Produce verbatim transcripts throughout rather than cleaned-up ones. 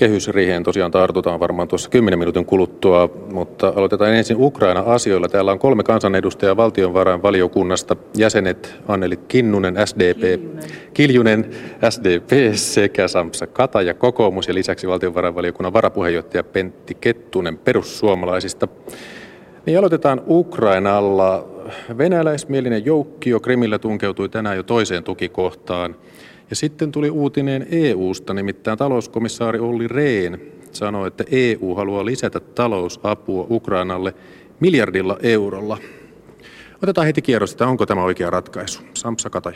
kehysriiheen tosiaan tartutaan varmaan tuossa kymmenen minuutin kuluttua, mutta aloitetaan ensin Ukraina-asioilla. Täällä on kolme kansanedustajaa valtiovarainvaliokunnasta, jäsenet Anneli Kinnunen, S D P, Kiljunen, Kiljunen S D P sekä Sampsa Kataja, kokoomus ja lisäksi valtiovarainvaliokunnan varapuheenjohtaja Pentti Kettunen perussuomalaisista. Niin aloitetaan Ukrainalla. Venäläismielinen joukkio Krimillä tunkeutui tänään jo toiseen tukikohtaan. Ja sitten tuli uutinen E U:sta, nimittäin talouskomissaari Olli Rehn sanoi, että E U haluaa lisätä talousapua Ukrainalle miljardilla eurolla. Otetaan heti kierros, että onko tämä oikea ratkaisu. Sampsa Kataja.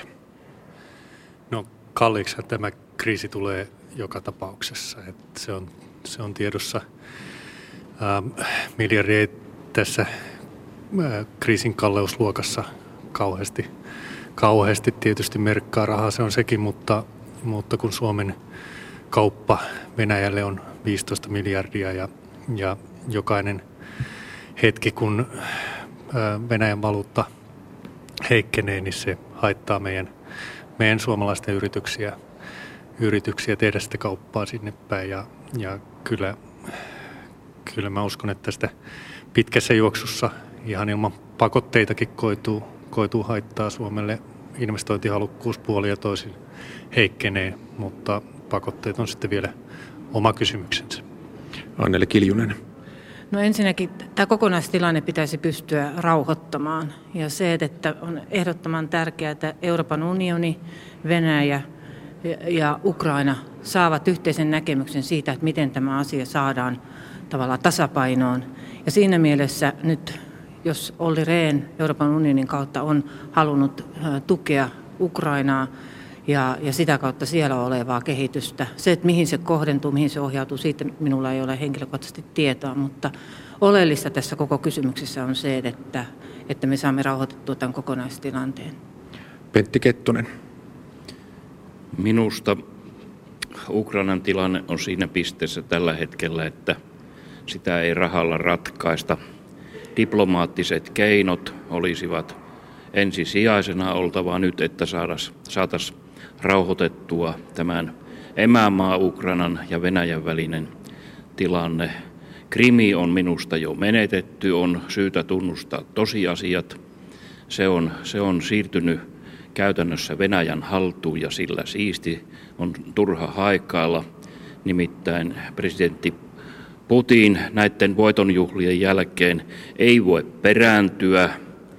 No kalliiksi tämä kriisi tulee joka tapauksessa. Että se, on, se on tiedossa. Ähm, miljardi ei tässä äh, kriisin kalleusluokassa kauheasti. Kauheasti tietysti merkkaa rahaa, se on sekin, mutta, mutta kun Suomen kauppa Venäjälle on viisitoista miljardia ja, ja jokainen hetki, kun Venäjän valuutta heikkenee, niin se haittaa meidän, meidän suomalaisten yrityksiä, yrityksiä tehdä sitä kauppaa sinne päin. Ja, ja kyllä, kyllä mä uskon, että tästä pitkässä juoksussa ihan ilman pakotteitakin koituu. koituu haittaa Suomelle, investointihalukkuus puoli ja toisin heikkenee, mutta pakotteet on sitten vielä oma kysymyksensä. Anneli Kiljunen. No ensinnäkin tämä kokonaistilanne pitäisi pystyä rauhoittamaan ja se, että on ehdottoman tärkeää, että Euroopan unioni, Venäjä ja Ukraina saavat yhteisen näkemyksen siitä, että miten tämä asia saadaan tavallaan tasapainoon. Ja siinä mielessä nyt jos Olli Rehn Euroopan unionin kautta on halunnut tukea Ukrainaa ja, ja sitä kautta siellä olevaa kehitystä. Se, että mihin se kohdentuu, mihin se ohjautuu, siitä minulla ei ole henkilökohtaisesti tietoa, mutta oleellista tässä koko kysymyksessä on se, että, että me saamme rauhoitettua tämän kokonaistilanteen. Pentti Kettunen. Minusta Ukrainan tilanne on siinä pisteessä tällä hetkellä, että sitä ei rahalla ratkaista. Diplomaattiset keinot olisivat ensisijaisena oltava nyt, että saataisiin rauhoitettua tämän emämaa Ukrainan ja Venäjän välinen tilanne. Krimi on minusta jo menetetty, on syytä tunnustaa tosiasiat. Se on, se on siirtynyt käytännössä Venäjän haltuun ja sillä siisti on turha haikailla. Nimittäin presidentti Putin näiden voitonjuhlien jälkeen ei voi perääntyä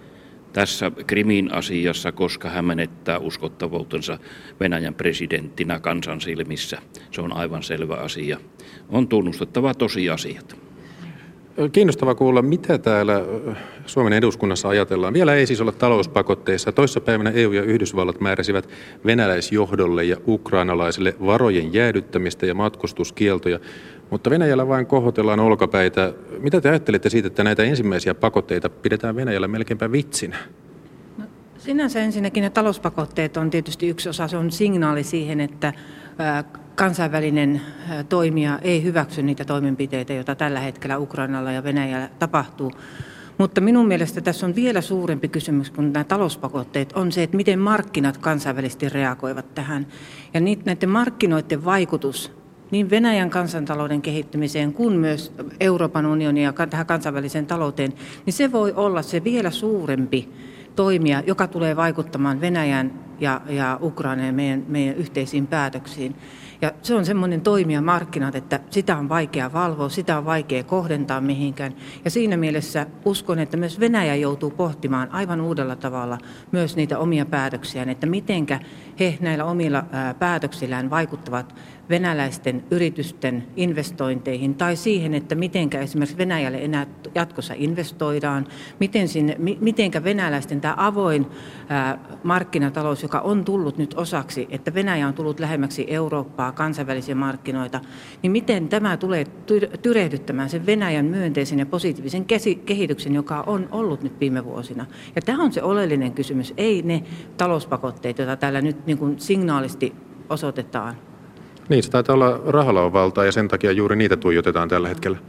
tässä Krimin asiassa, koska hän menettää uskottavuutensa Venäjän presidenttinä kansan silmissä. Se on aivan selvä asia. On tunnustettava tosiasiat. Kiinnostava kuulla, mitä täällä Suomen eduskunnassa ajatellaan. Vielä ei siis olla talouspakotteissa. Toissapäivänä E U ja Yhdysvallat määräsivät venäläisjohdolle ja ukrainalaisille varojen jäädyttämistä ja matkustuskieltoja, mutta Venäjällä vain kohotellaan olkapäitä. Mitä te ajattelette siitä, että näitä ensimmäisiä pakotteita pidetään Venäjällä melkeinpä vitsinä? No, sinänsä ensinnäkin ne talouspakotteet on tietysti yksi osa. Se on signaali siihen, että kansainvälinen toimija ei hyväksy niitä toimenpiteitä, joita tällä hetkellä Ukrainalla ja Venäjällä tapahtuu. Mutta minun mielestä tässä on vielä suurempi kysymys kuin nämä talouspakotteet, on se, että miten markkinat kansainvälisesti reagoivat tähän. Ja näiden markkinoiden vaikutus niin Venäjän kansantalouden kehittymiseen kuin myös Euroopan unionin ja tähän kansainväliseen talouteen, niin se voi olla se vielä suurempi toimija, joka tulee vaikuttamaan Venäjän ja, ja Ukrainan ja meidän, meidän yhteisiin päätöksiin. Ja se on semmoinen toimija markkinat, että sitä on vaikea valvoa, sitä on vaikea kohdentaa mihinkään. Ja siinä mielessä uskon, että myös Venäjä joutuu pohtimaan aivan uudella tavalla myös niitä omia päätöksiään, että mitenkä he näillä omilla päätöksillään vaikuttavat venäläisten yritysten investointeihin tai siihen, että mitenkä esimerkiksi Venäjälle enää jatkossa investoidaan, miten sinne, mitenkä venäläisten tämä avoin ää, markkinatalous, joka on tullut nyt osaksi, että Venäjä on tullut lähemmäksi Eurooppaa, kansainvälisiä markkinoita, niin miten tämä tulee tyrehdyttämään sen Venäjän myönteisen ja positiivisen kehityksen, joka on ollut nyt viime vuosina. Ja tämä on se oleellinen kysymys, ei ne talouspakotteet, joita täällä nyt niin kuin signaalisti osoitetaan. Niin, se taitaa olla rahalla on valtaa ja sen takia juuri niitä tuijotetaan tällä hetkellä.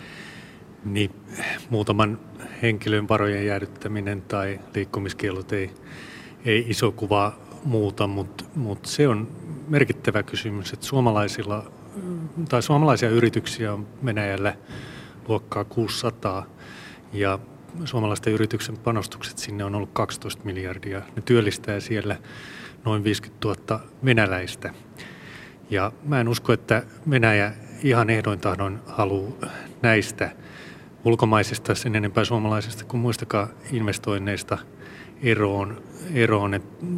Niin, muutaman henkilön varojen jäädyttäminen tai liikkumiskiellot ei, ei iso kuva muuta, mutta, mutta se on merkittävä kysymys, että suomalaisilla tai suomalaisia yrityksiä on Venäjällä luokkaa kuusisataa, ja suomalaisten yrityksen panostukset sinne on ollut kaksitoista miljardia. Ne työllistää siellä noin viisikymmentätuhatta venäläistä. Ja mä en usko, että Venäjä ihan ehdoin tahdoin haluaa näistä ulkomaisista, sen enempää suomalaisista kuin muistakaan investoinneista eroon. eroon. Et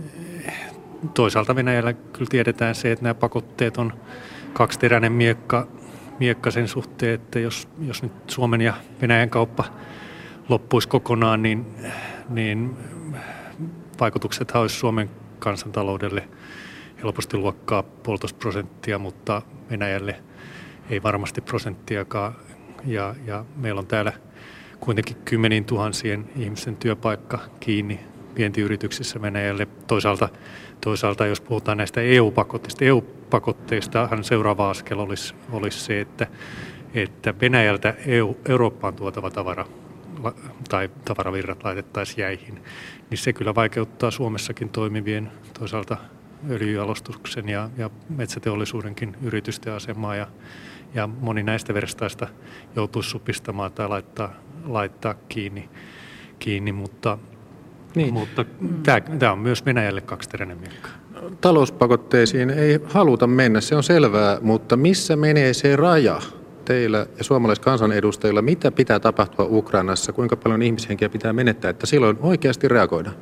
toisaalta Venäjällä kyllä tiedetään se, että nämä pakotteet on kaksiteräinen miekka, miekka sen suhteen, että jos, jos nyt Suomen ja Venäjän kauppa loppuisi kokonaan, niin, niin vaikutuksethan olisi Suomen kansantaloudelle helposti luokkaa puolitoista prosenttia, mutta Venäjälle ei varmasti prosenttiakaan. Ja, ja meillä on täällä kuitenkin kymmeniin tuhansien ihmisten työpaikka kiinni vientiyrityksissä Venäjälle. Toisaalta, toisaalta jos puhutaan näistä E U-pakotteista, E U-pakotteistahan seuraava askel olisi, olisi se, että, että Venäjältä E U, Eurooppaan tuotava tavara tai tavaravirrat laitettaisiin jäihin, niin se kyllä vaikeuttaa Suomessakin toimivien toisaalta öljyjalostuksen ja, ja metsäteollisuudenkin yritysten asemaa, ja, ja moni näistä verstaista joutuisi supistamaan tai laittaa, laittaa kiinni, kiinni mutta, niin. mutta tämä, tämä on myös Venäjälle kaksiteräinen miekka. Talouspakotteisiin ei haluta mennä, se on selvää, mutta missä menee se raja teillä ja suomalaiskansanedustajilla? Mitä pitää tapahtua Ukrainassa? Kuinka paljon ihmishenkiä pitää menettää, että silloin oikeasti reagoidaan?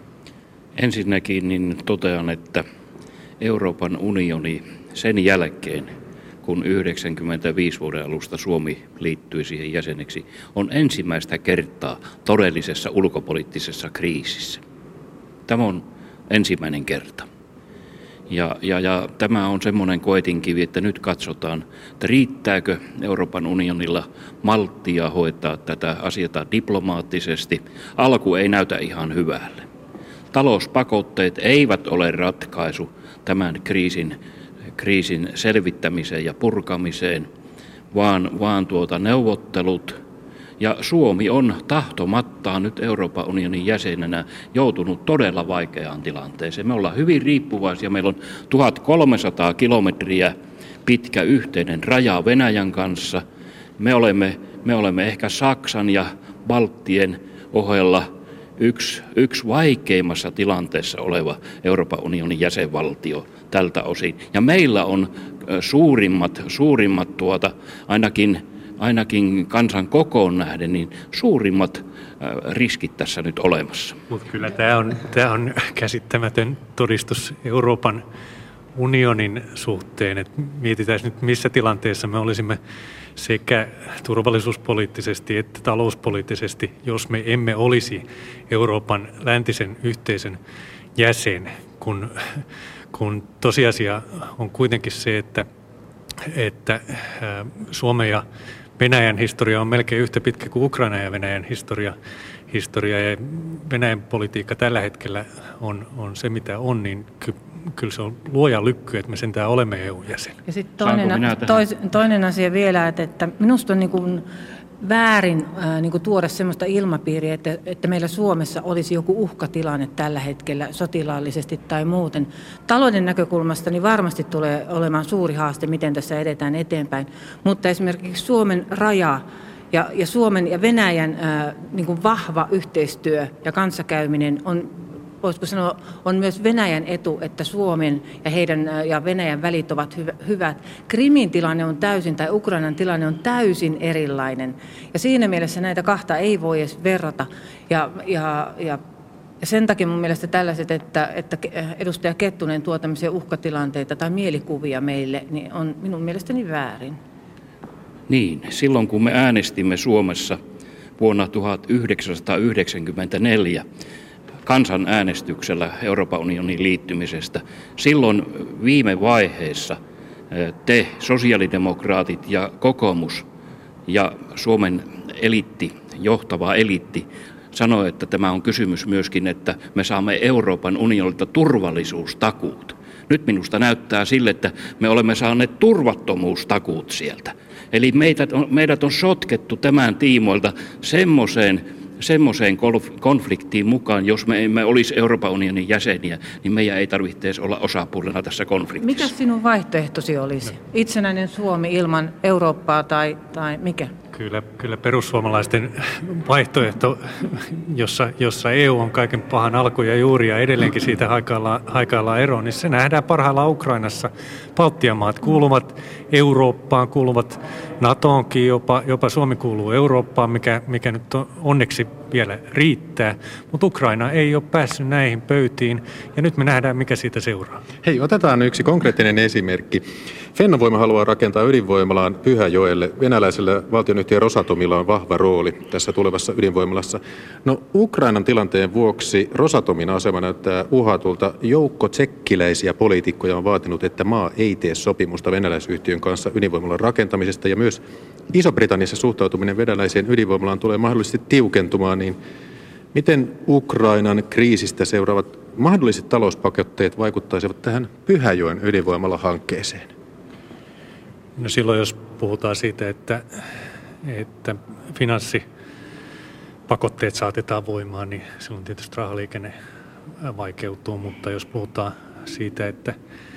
Ensinnäkin niin totean, että Euroopan unioni sen jälkeen, kun yhdeksänkymmentäviisi vuoden alusta Suomi liittyi siihen jäseneksi, on ensimmäistä kertaa todellisessa ulkopoliittisessa kriisissä. Tämä on ensimmäinen kerta. Ja, ja, ja tämä on semmoinen koetinkivi, että nyt katsotaan, että riittääkö Euroopan unionilla malttia hoitaa tätä asiaa diplomaattisesti. Alku ei näytä ihan hyvälle. Talouspakotteet eivät ole ratkaisu tämän kriisin, kriisin selvittämiseen ja purkamiseen, vaan, vaan tuota neuvottelut. Ja Suomi on tahtomattaan nyt Euroopan unionin jäsenenä joutunut todella vaikeaan tilanteeseen. Me ollaan hyvin riippuvaisia. Meillä on tuhatkolmesataa kilometriä pitkä yhteinen raja Venäjän kanssa. Me olemme, me olemme ehkä Saksan ja Balttien ohella yksi, yksi vaikeimmassa tilanteessa oleva Euroopan unionin jäsenvaltio tältä osin. Ja meillä on suurimmat, suurimmat tuota, ainakin ainakin kansan kokoon nähden, niin suurimmat riskit tässä nyt olemassa. Mutta kyllä tämä on, tämä on käsittämätön todistus Euroopan unionin suhteen, että mietitään nyt missä tilanteessa me olisimme sekä turvallisuuspoliittisesti että talouspoliittisesti, jos me emme olisi Euroopan läntisen yhteisön jäsen, kun, kun tosiasia on kuitenkin se, että, että Suomen ja Venäjän historia on melkein yhtä pitkä kuin Ukrainan ja Venäjän historia, historia ja Venäjän politiikka tällä hetkellä on, on se, mitä on, niin ky, kyllä se on luoja lykky, että me sentään olemme E U-jäsen. Ja sitten toinen, tois, toinen asia vielä, että, että minusta on niin kuin väärin ää, niin kuin tuoda sellaista ilmapiiriä, että, että meillä Suomessa olisi joku uhkatilanne tällä hetkellä sotilaallisesti tai muuten. Talouden näkökulmasta niin varmasti tulee olemaan suuri haaste, miten tässä edetään eteenpäin, mutta esimerkiksi Suomen raja ja, ja Suomen ja Venäjän ää, niin kuin vahva yhteistyö ja kanssakäyminen on, voisiko sanoa, on myös Venäjän etu, että Suomen ja heidän ja Venäjän välit ovat hyvät. Krimin tilanne on täysin, tai Ukrainan tilanne on täysin erilainen. Ja siinä mielessä näitä kahta ei voi edes verrata. Ja, ja, ja sen takia mun mielestä tällaiset, että, että edustaja Kettunen tuo tämmöisiä uhkatilanteita tai mielikuvia meille, niin on minun mielestäni väärin. Niin, silloin kun me äänestimme Suomessa vuonna tuhatyhdeksänsataayhdeksänkymmentäneljä, kansanäänestyksellä Euroopan unionin liittymisestä. Silloin viime vaiheessa te, sosiaalidemokraatit ja kokoomus ja Suomen eliitti, johtava eliitti, sanoi, että tämä on kysymys myöskin, että me saamme Euroopan unionilta turvallisuustakuut. Nyt minusta näyttää sille, että me olemme saaneet turvattomuustakuut sieltä. Eli meidät on, meidät on sotkettu tämän tiimoilta semmoiseen semmoiseen konfliktiin mukaan, jos me emme olisi Euroopan unionin jäseniä, niin meidän ei tarvitse olla osapuolena tässä konfliktissa. Mikä sinun vaihtoehtosi olisi? Itsenäinen Suomi ilman Eurooppaa tai, tai mikä? Kyllä, kyllä perussuomalaisten vaihtoehto, jossa, jossa E U on kaiken pahan alku ja juuri ja edelleenkin siitä haikaillaan, haikaillaan eroon, niin se nähdään parhaillaan Ukrainassa. Baltian maat kuuluvat Eurooppaan, kuuluvat NATOonkin, jopa, jopa Suomi kuuluu Eurooppaan, mikä, mikä nyt on, onneksi vielä riittää, mutta Ukraina ei ole päässyt näihin pöytiin ja nyt me nähdään, mikä siitä seuraa. Hei, otetaan yksi konkreettinen esimerkki. Fennovoima haluaa rakentaa ydinvoimalaan Pyhäjoelle. Venäläisellä valtionyhtiö Rosatomilla on vahva rooli tässä tulevassa ydinvoimalassa. No, Ukrainan tilanteen vuoksi Rosatomin asema näyttää uhatulta. Joukko tsekkiläisiä poliitikkoja on vaatinut, että maa ei tee sopimusta venäläisyhtiön kanssa ydinvoimalan rakentamisesta ja myös Iso-Britanniassa suhtautuminen venäläiseen ydinvoimalaan tulee mahdollisesti tiukentumaan, niin miten Ukrainan kriisistä seuraavat mahdolliset talouspakotteet vaikuttaisivat tähän Pyhäjoen ydinvoimala-hankkeeseen? No silloin, jos puhutaan siitä, että, että finanssipakotteet saatetaan voimaan, niin silloin tietysti rahaliikenne vaikeutuu, mutta jos puhutaan siitä, että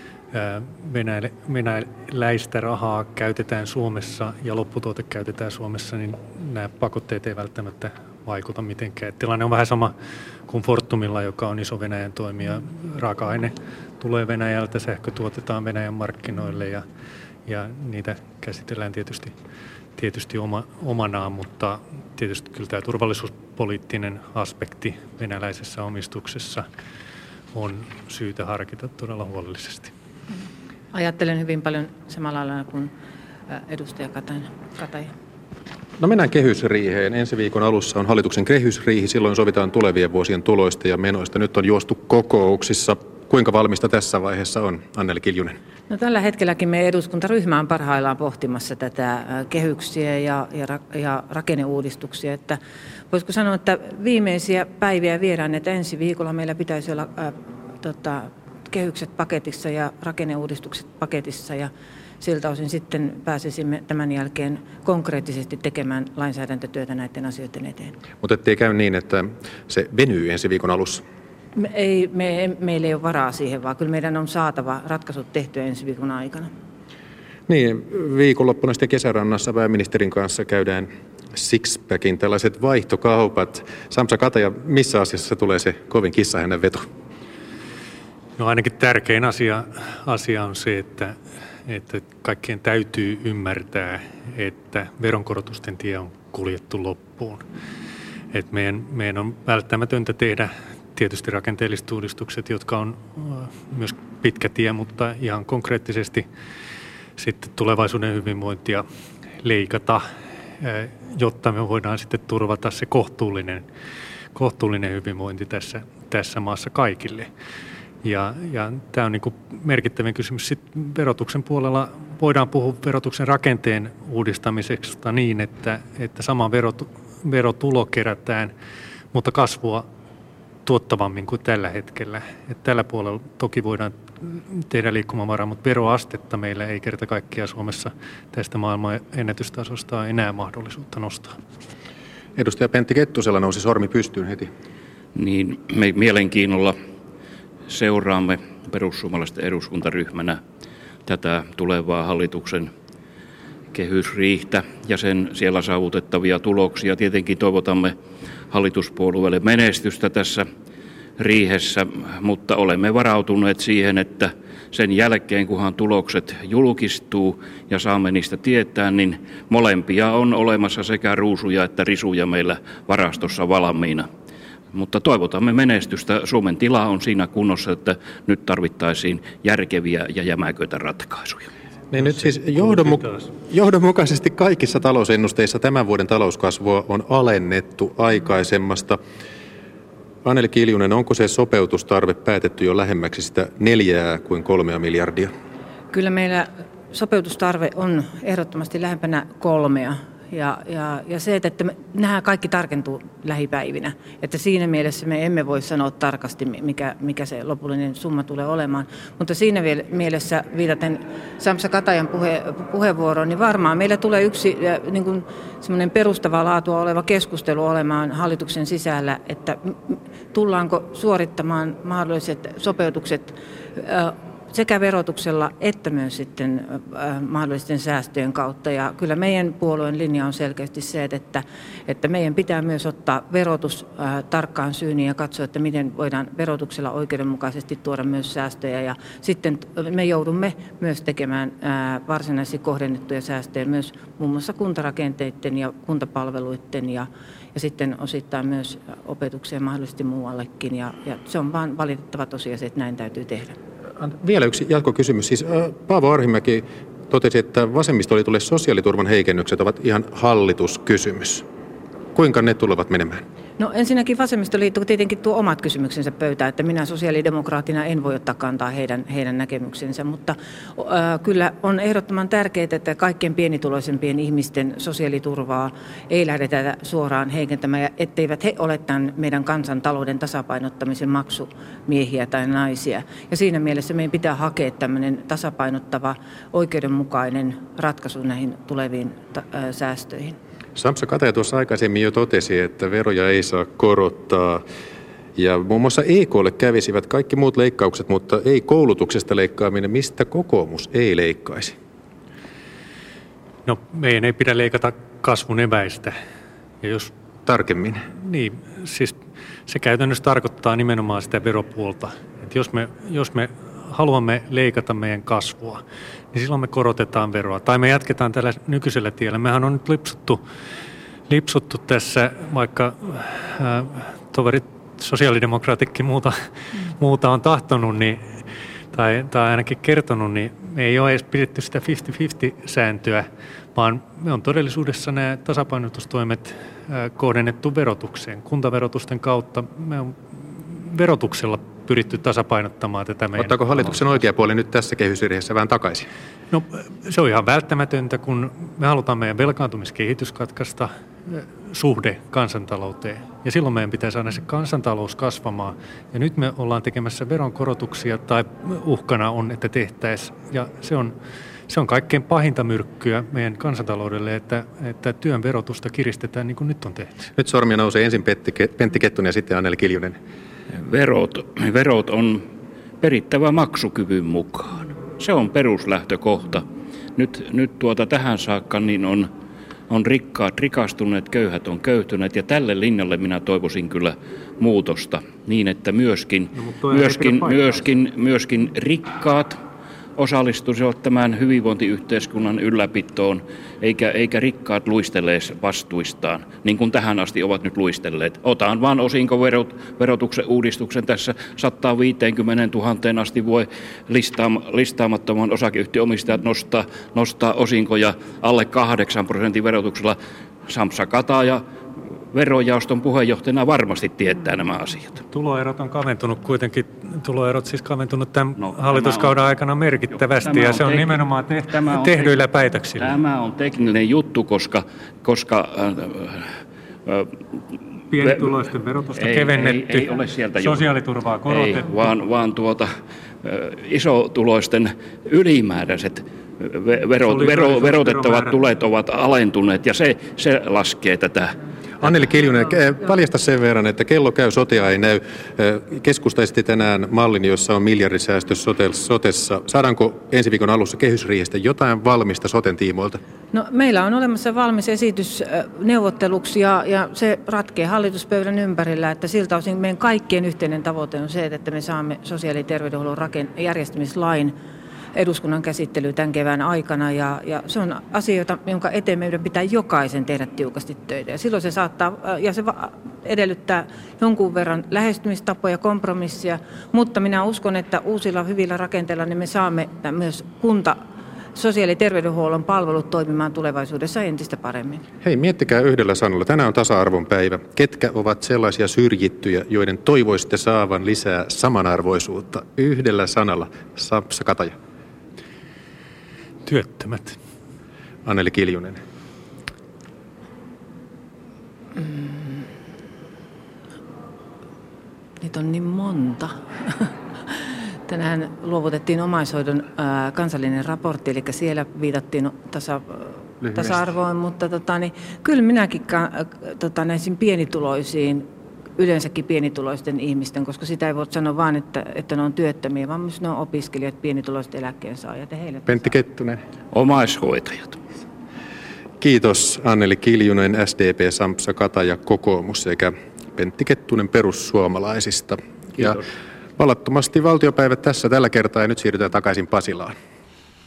venäläistä rahaa käytetään Suomessa ja lopputuote käytetään Suomessa, niin nämä pakotteet ei välttämättä vaikuta mitenkään. Tilanne on vähän sama kuin Fortumilla, joka on iso Venäjän toimija. Raaka-aine tulee Venäjältä, sähkö tuotetaan Venäjän markkinoille ja, ja niitä käsitellään tietysti, tietysti oma, omanaan, mutta tietysti kyllä tämä turvallisuuspoliittinen aspekti venäläisessä omistuksessa on syytä harkita todella huolellisesti. Ajattelen hyvin paljon samalla lailla kuin edustaja Kataja. No mennään kehysriiheen. Ensi viikon alussa on hallituksen kehysriihi. Silloin sovitaan tulevien vuosien tuloista ja menoista. Nyt on juostu kokouksissa. Kuinka valmista tässä vaiheessa on, Anneli Kiljunen? No, tällä hetkelläkin meidän eduskuntaryhmä on parhaillaan pohtimassa tätä kehyksiä ja, ja, ja rakenneuudistuksia. Että voisiko sanoa, että viimeisiä päiviä viedään, että ensi viikolla meillä pitäisi olla ää, tota, kehykset paketissa ja rakenneuudistukset paketissa ja siltä osin sitten pääsisimme tämän jälkeen konkreettisesti tekemään lainsäädäntötyötä näiden asioiden eteen. Mutta ettei käy niin, että se venyy ensi viikon alussa? Me ei, me, meillä ei ole varaa siihen, vaan kyllä meidän on saatava ratkaisut tehtyä ensi viikon aikana. Niin, viikonloppuna sitten Kesärannassa pääministerin kanssa käydään sixpackin tällaiset vaihtokaupat. Sampsa Kataja, missä asiassa tulee se kovin kissahännän veto? No ainakin tärkein asia, asia on se, että, että kaikkien täytyy ymmärtää, että veronkorotusten tie on kuljettu loppuun. Et meidän, meidän on välttämätöntä tehdä tietysti rakenteelliset uudistukset, jotka on myös pitkä tie, mutta ihan konkreettisesti sitten tulevaisuuden hyvinvointia leikata, jotta me voidaan sitten turvata se kohtuullinen, kohtuullinen hyvinvointi tässä, tässä maassa kaikille. Ja, ja tämä on niin kuin merkittävin kysymys. Sitten verotuksen puolella voidaan puhua verotuksen rakenteen uudistamisesta niin, että, että sama verot, verotulo kerätään, mutta kasvua tuottavammin kuin tällä hetkellä. Et tällä puolella toki voidaan tehdä liikkumavaraa, mutta veroastetta meillä ei kerta kaikkiaan Suomessa tästä maailman ennätystasosta enää mahdollisuutta nostaa. Edustaja Pentti Kettusella nousi sormi pystyyn heti. Niin, me mielenkiinnolla seuraamme perussuomalaisten eduskuntaryhmänä tätä tulevaa hallituksen kehysriihtä ja sen siellä saavutettavia tuloksia. Tietenkin toivotamme hallituspuolueelle menestystä tässä riihessä, mutta olemme varautuneet siihen, että sen jälkeen, kunhan tulokset julkistuu ja saamme niistä tietää, niin molempia on olemassa sekä ruusuja että risuja meillä varastossa valmiina. Mutta toivotamme menestystä. Suomen tila on siinä kunnossa, että nyt tarvittaisiin järkeviä ja jämäköitä ratkaisuja. Niin nyt siis johdonmu- johdonmukaisesti kaikissa talousennusteissa tämän vuoden talouskasvua on alennettu aikaisemmasta. Anneli Kiljunen, onko se sopeutustarve päätetty jo lähemmäksi sitä neljää kuin kolmea miljardia? Kyllä meillä sopeutustarve on ehdottomasti lähempänä kolmea. Ja, ja, ja se, että me, nämä kaikki tarkentuu lähipäivinä. Että siinä mielessä me emme voi sanoa tarkasti, mikä, mikä se lopullinen summa tulee olemaan. Mutta siinä mielessä viitaten Sampsa Katajan puhe, puheenvuoroon, niin varmaan meillä tulee yksi niin kuin semmoinen perustavaa laatua oleva keskustelu olemaan hallituksen sisällä, että tullaanko suorittamaan mahdolliset sopeutukset sekä verotuksella että myös sitten äh, mahdollisten säästöjen kautta. Ja kyllä meidän puolueen linja on selkeästi se, että, että meidän pitää myös ottaa verotus äh, tarkkaan syyniin ja katsoa, että miten voidaan verotuksella oikeudenmukaisesti tuoda myös säästöjä. Ja sitten me joudumme myös tekemään äh, varsinaisia kohdennettuja säästöjä myös muun muassa kuntarakenteiden ja kuntapalveluiden ja, ja sitten osittain myös opetukseen mahdollisesti muuallekin. Ja, ja se on vaan valitettava tosiasia, että näin täytyy tehdä. Vielä yksi jatkokysymys. Siis Paavo Arhimäki totesi, että vasemmistoliitolle sosiaaliturvan heikennykset ovat ihan hallituskysymys. Kuinka ne tulevat menemään? No ensinnäkin vasemmistoliitto tietenkin tuo omat kysymyksensä pöytään, että minä sosiaalidemokraattina en voi ottaa kantaa heidän, heidän näkemyksensä, mutta äh, kyllä on ehdottoman tärkeää, että kaikkien pienituloisempien ihmisten sosiaaliturvaa ei lähdetä suoraan heikentämään, etteivät he ole tämän meidän kansantalouden tasapainottamisen maksumiehiä tai naisia. Ja siinä mielessä meidän pitää hakea tämmöinen tasapainottava, oikeudenmukainen ratkaisu näihin tuleviin ta- äh, säästöihin. Sampsa Kataja tuossa aikaisemmin jo totesi, että veroja ei saa korottaa. Ja muun muassa E K:lle kävisivät kaikki muut leikkaukset, mutta ei koulutuksesta leikkaaminen. Mistä kokoomus ei leikkaisi? No meidän ei pidä leikata kasvun eväistä. Ja jos, Tarkemmin. Niin, siis se käytännössä tarkoittaa nimenomaan sitä veropuolta. Että jos me, jos me haluamme leikata meidän kasvua, niin silloin me korotetaan veroa. Tai me jatketaan tällä nykyisellä tiellä. Mehän on nyt lipsuttu, lipsuttu tässä, vaikka ää, toverit sosiaalidemokraatitkin muuta, mm. muuta on tahtonut, niin, tai, tai ainakin kertonut, niin me ei ole edes pidetty sitä viisikymmentä-viisikymmentä-sääntöä, vaan me on todellisuudessa nämä tasapainotustoimet ää, kohdennettu verotukseen. Kuntaverotusten kautta me on verotuksella pyritty tasapainottamaan tätä meidän... Ottaako hallituksen oikea puoli nyt tässä kehysriihessä vähän takaisin? No se on ihan välttämätöntä, kun me halutaan meidän velkaantumiskehitys katkaista suhde kansantalouteen. Ja silloin meidän pitää saada se kansantalous kasvamaan. Ja nyt me ollaan tekemässä veronkorotuksia tai uhkana on, että tehtäisiin. Ja se on, se on kaikkein pahinta myrkkyä meidän kansantaloudelle, että, että työn verotusta kiristetään niin kuin nyt on tehty. Nyt sormia nousee ensin Pentti Kettunen ja sitten Anneli Kiljunen. Verot, verot on perittävä maksukyvyn mukaan. Se on peruslähtökohta. Nyt, nyt tuota tähän saakka niin on, on rikkaat rikastuneet, köyhät on köyhtyneet ja tälle linjalle minä toivoisin kyllä muutosta niin, että myöskin, no, myöskin, myöskin, myöskin rikkaat osallistuisivat tämän hyvinvointiyhteiskunnan ylläpitoon, eikä, eikä rikkaat luisteleisi vastuistaan, niin kuin tähän asti ovat nyt luistelleet. Otan vaan osinkoverotuksen uudistuksen tässä sata viisikymmentätuhatta asti voi listaam, listaamattoman osakeyhtiöomistajat nostaa, nostaa osinkoja alle kahdeksan prosentin verotuksella. Sampsa Kataja verojaoston puheenjohtajana varmasti tietää nämä asiat. Tuloerot on kaventunut kuitenkin, tuloerot siis kaventunut tämän no, hallituskauden on, aikana merkittävästi ja se on tek- nimenomaan te- on tehdyillä tek- päätöksillä. Tämä on tekninen juttu, koska, koska äh, äh, pienituloisten verotusta ei, kevennetty, ei, ei ole sieltä sosiaaliturvaa korotettu. Ei, vaan, vaan tuota, äh, isotuloisten ylimääräiset vero, vero, verotettavat tulet ovat alentuneet ja se, se laskee tätä. Anneli Kiljunen, paljasta sen verran, että kello käy, sotea ei näy. Keskusta esitti tänään mallin, jossa on miljardisäästö sotessa. Saadaanko ensi viikon alussa kehysriihestä jotain valmista soten tiimoilta? No, meillä on olemassa valmis esitys neuvotteluksi ja, ja se ratkee hallituspöydän ympärillä, että siltä osin meidän kaikkien yhteinen tavoite on se, että me saamme sosiaali- ja terveydenhuollon rakent- järjestämislain eduskunnan käsittely tämän kevään aikana ja, ja se on asioita, jonka eteen meidän pitää jokaisen tehdä tiukasti töitä. Ja silloin se saattaa, ja se edellyttää jonkun verran lähestymistapoja, kompromissia, mutta minä uskon, että uusilla hyvillä rakenteilla niin me saamme myös kunta, sosiaali- ja terveydenhuollon palvelut toimimaan tulevaisuudessa entistä paremmin. Hei, miettikää yhdellä sanalla. Tänään on tasa-arvon päivä. Ketkä ovat sellaisia syrjittyjä, joiden toivoisitte saavan lisää samanarvoisuutta? Yhdellä sanalla. Sampsa Kataja. Työttömät. Anneli Kiljunen. Niitä on niin monta. Tänään luovutettiin omaishoidon ää, kansallinen raportti, eli siellä viitattiin tasa, tasa-arvoon, mutta tota, niin, kyllä minäkin tota, näisin pienituloisiin, yleensäkin pienituloisten ihmisten, koska sitä ei voi sanoa vain, että, että ne on työttömiä, vaan myös ne on opiskelijat, pienituloiset eläkkeensaajat. Ja heille Pentti Kettunen. Omaishoitajat. Kiitos Anneli Kiljunen, S D P, Sampsa Kataja, kokoomus sekä Pentti Kettunen perussuomalaisista. Kiitos. Ja vallattomasti valtiopäivät tässä tällä kertaa ja nyt siirrytään takaisin Pasilaan.